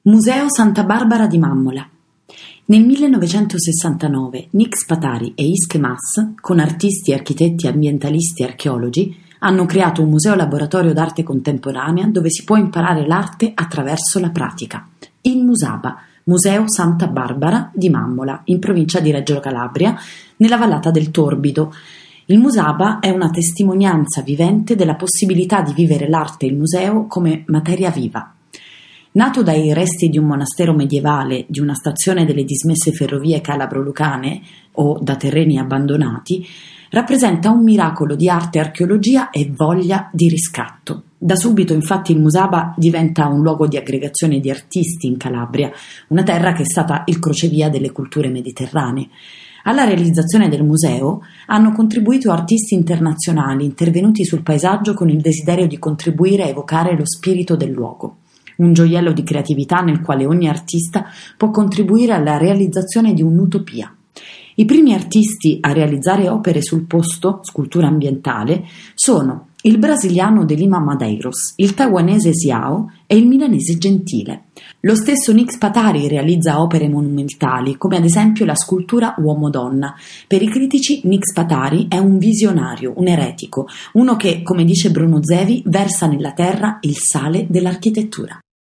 Museo Santa Barbara di Mammola. Nel 1969 Nick Spatari e Ische Mas, con artisti, architetti, ambientalisti e archeologi, hanno creato un museo laboratorio d'arte contemporanea dove si può imparare l'arte attraverso la pratica. Il Musaba, Museo Santa Barbara di Mammola, in provincia di Reggio Calabria, nella vallata del Torbido. Il Musaba è una testimonianza vivente della possibilità di vivere l'arte e il museo come materia viva. Nato dai resti di un monastero medievale, di una stazione delle dismesse ferrovie calabro-lucane o da terreni abbandonati, rappresenta un miracolo di arte, archeologia e voglia di riscatto. Da subito, infatti, il Musaba diventa un luogo di aggregazione di artisti in Calabria, una terra che è stata il crocevia delle culture mediterranee. Alla realizzazione del museo hanno contribuito artisti internazionali intervenuti sul paesaggio con il desiderio di contribuire a evocare lo spirito del luogo. Un gioiello di creatività nel quale ogni artista può contribuire alla realizzazione di un'utopia. I primi artisti a realizzare opere sul posto, scultura ambientale, sono il brasiliano Delima Madeiros, il taiwanese Xiao e il milanese Gentile. Lo stesso Nick Spatari realizza opere monumentali, come ad esempio la scultura Uomo-Donna. Per i critici Nick Spatari è un visionario, un eretico, uno che, come dice Bruno Zevi, versa nella terra il sale dell'architettura.